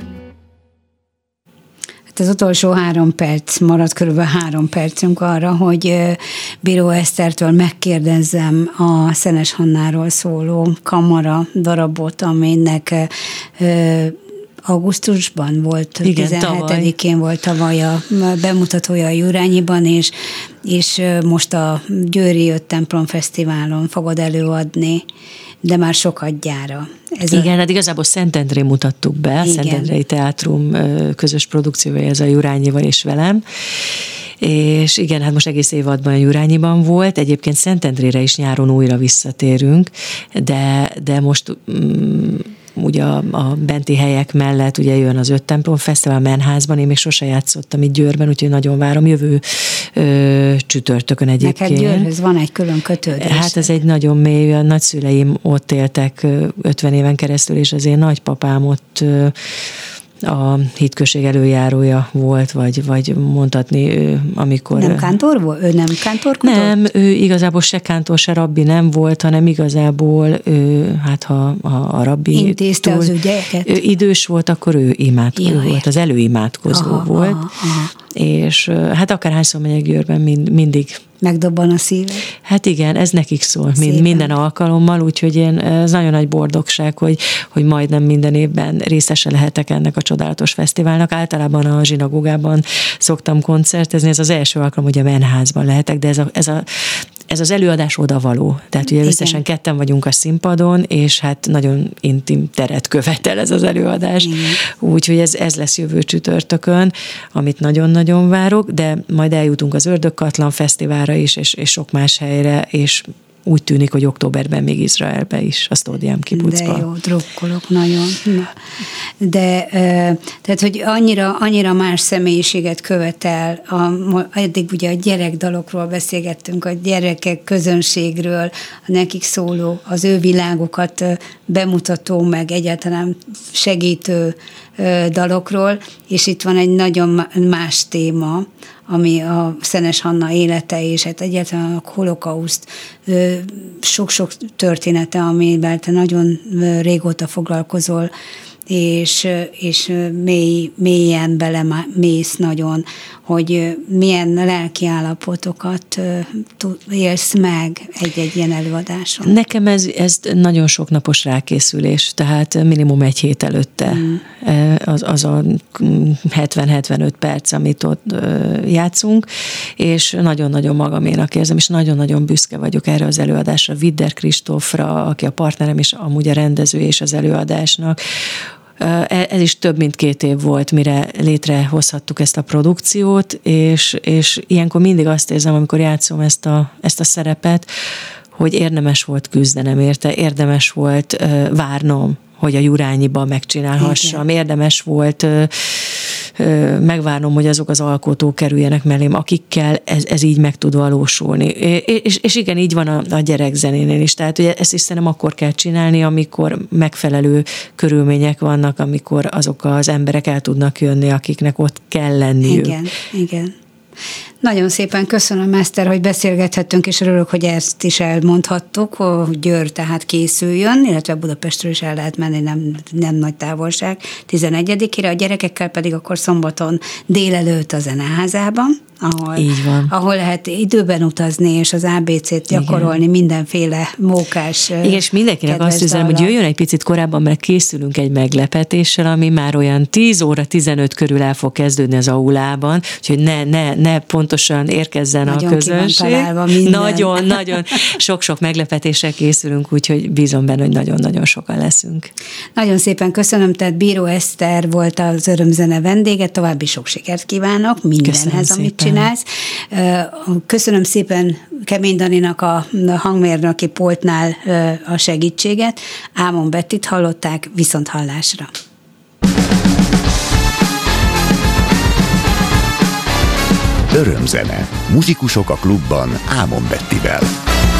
Az utolsó 3 perc maradt, körülbelül 3 percünk arra, hogy Bíró Esztertől megkérdezzem a Szenes Hannáról szóló kamara darabot, aminek augusztusban volt, igen, 17-én volt tavaly a bemutatója a Jurányiban, és most a Győri 5 Templom Fesztiválon fogod előadni, de már sokadjára. Igen, hát igazából Szentendrén mutattuk be, a Szentendrei Teátrum közös produkciója, ez a Jurányival és velem, és igen, hát most egész évadban a Jurányiban volt, egyébként Szentendrére is nyáron újra visszatérünk, de most ugye a benti helyek mellett ugye jön az 5 Templom Fesztivál Menházban, én még sose játszottam itt Győrben, úgyhogy nagyon várom, jövő csütörtökön egyébként. Neked Győrhöz van egy külön kötődés. Hát ez egy nagyon mély, a nagyszüleim ott éltek 50 éven keresztül, és az én nagypapám ott a hitközség előjárója volt, vagy mondhatni, amikor... Nem kántor volt? Ő nem kántorkodott? Nem, ő igazából se kántor, se rabbi nem volt, hanem igazából hát ha a rabbi... Intézte az ügyeket? Idős volt, akkor ő imádkozó volt, az előimádkozó volt. És hát akárhányszor megyek Győrben, mindig megdobban a szíve. Hát igen, ez nekik szól, minden alkalommal, úgyhogy ez nagyon nagy boldogság, hogy majdnem minden évben részese lehetek ennek a csodálatos fesztiválnak. Általában a zsinagógában szoktam koncertezni, ez az első alkalom, hogy a Menházban lehetek, de ez az előadás odavaló. Tehát ugye összesen 2 vagyunk a színpadon, és hát nagyon intim teret követel ez az előadás. Úgyhogy ez lesz jövő csütörtökön, amit nagyon-nagyon várok, de majd eljutunk az Ördögkatlan Fesztiválra is, és sok más helyre, és úgy tűnik, hogy októberben még Izraelbe is, a Stodium kibucba. De jó, drukkolok nagyon. De tehát, hogy annyira más személyiséget követel, eddig ugye a gyerekdalokról beszélgettünk, a gyerekek közönségről, a nekik szóló, az ő világokat bemutató, meg egyáltalán segítő dalokról, és itt van egy nagyon más téma, ami a Szenes Hanna élete, és hát egyáltalán a holokauszt sok-sok története, amivel te nagyon régóta foglalkozol, és mélyen belemész nagyon, hogy milyen lelki állapotokat élsz meg egy ilyen előadáson. Nekem ez nagyon sok napos rákészülés, tehát minimum egy hét előtte az a 70-75 perc, amit ott játszunk, és nagyon-nagyon magaménak érzem, és nagyon-nagyon büszke vagyok erre az előadásra, Vidder Kristófra, aki a partnerem, és amúgy a rendezője és az előadásnak. Ez is több mint 2 év volt, mire létrehozhattuk ezt a produkciót, és ilyenkor mindig azt érzem, amikor játszom ezt a szerepet, hogy érdemes volt küzdenem érte, érdemes volt várnom, hogy a Jurányiban megcsinálhassam, érdemes volt megvárnom, hogy azok az alkotók kerüljenek mellém, akikkel ez így meg tud valósulni. És igen, így van a gyerekzenénél is. Tehát ugye ezt is szerintem akkor kell csinálni, amikor megfelelő körülmények vannak, amikor azok az emberek el tudnak jönni, akiknek ott kell lenniük. Igen. Nagyon szépen köszönöm, Eszter, hogy beszélgethettünk, és örülök, hogy ezt is elmondhattuk, hogy Győr tehát készüljön, illetve Budapestről is el lehet menni, nem nagy távolság, 11-ére, a gyerekekkel pedig akkor szombaton délelőtt a Zeneházában, ahol lehet időben utazni, és az ABC-t gyakorolni, mindenféle mókás. Igen, és mindenkinek azt üzenem, hogy jöjjön egy picit korábban, mert készülünk egy meglepetéssel, ami már olyan 10 óra 15 körül el fog kezdődni az aulában, úgyhogy ne pontosan érkezzen nagyon a közönség. Nagyon sok-sok meglepetéssel készülünk, úgyhogy bízom benne, hogy nagyon-nagyon sokan leszünk. Nagyon szépen köszönöm, tehát Bíró Eszter volt az Örömzene vendége, további sok sikert kívánok mindenhez, amit csinálsz. Köszönöm szépen Kemény Daninak a hangmérnöki pultnál a segítséget. Ámon Bettit hallották, viszont hallásra. Örömzene. Muzsikusok a klubban Ámon Bettivel.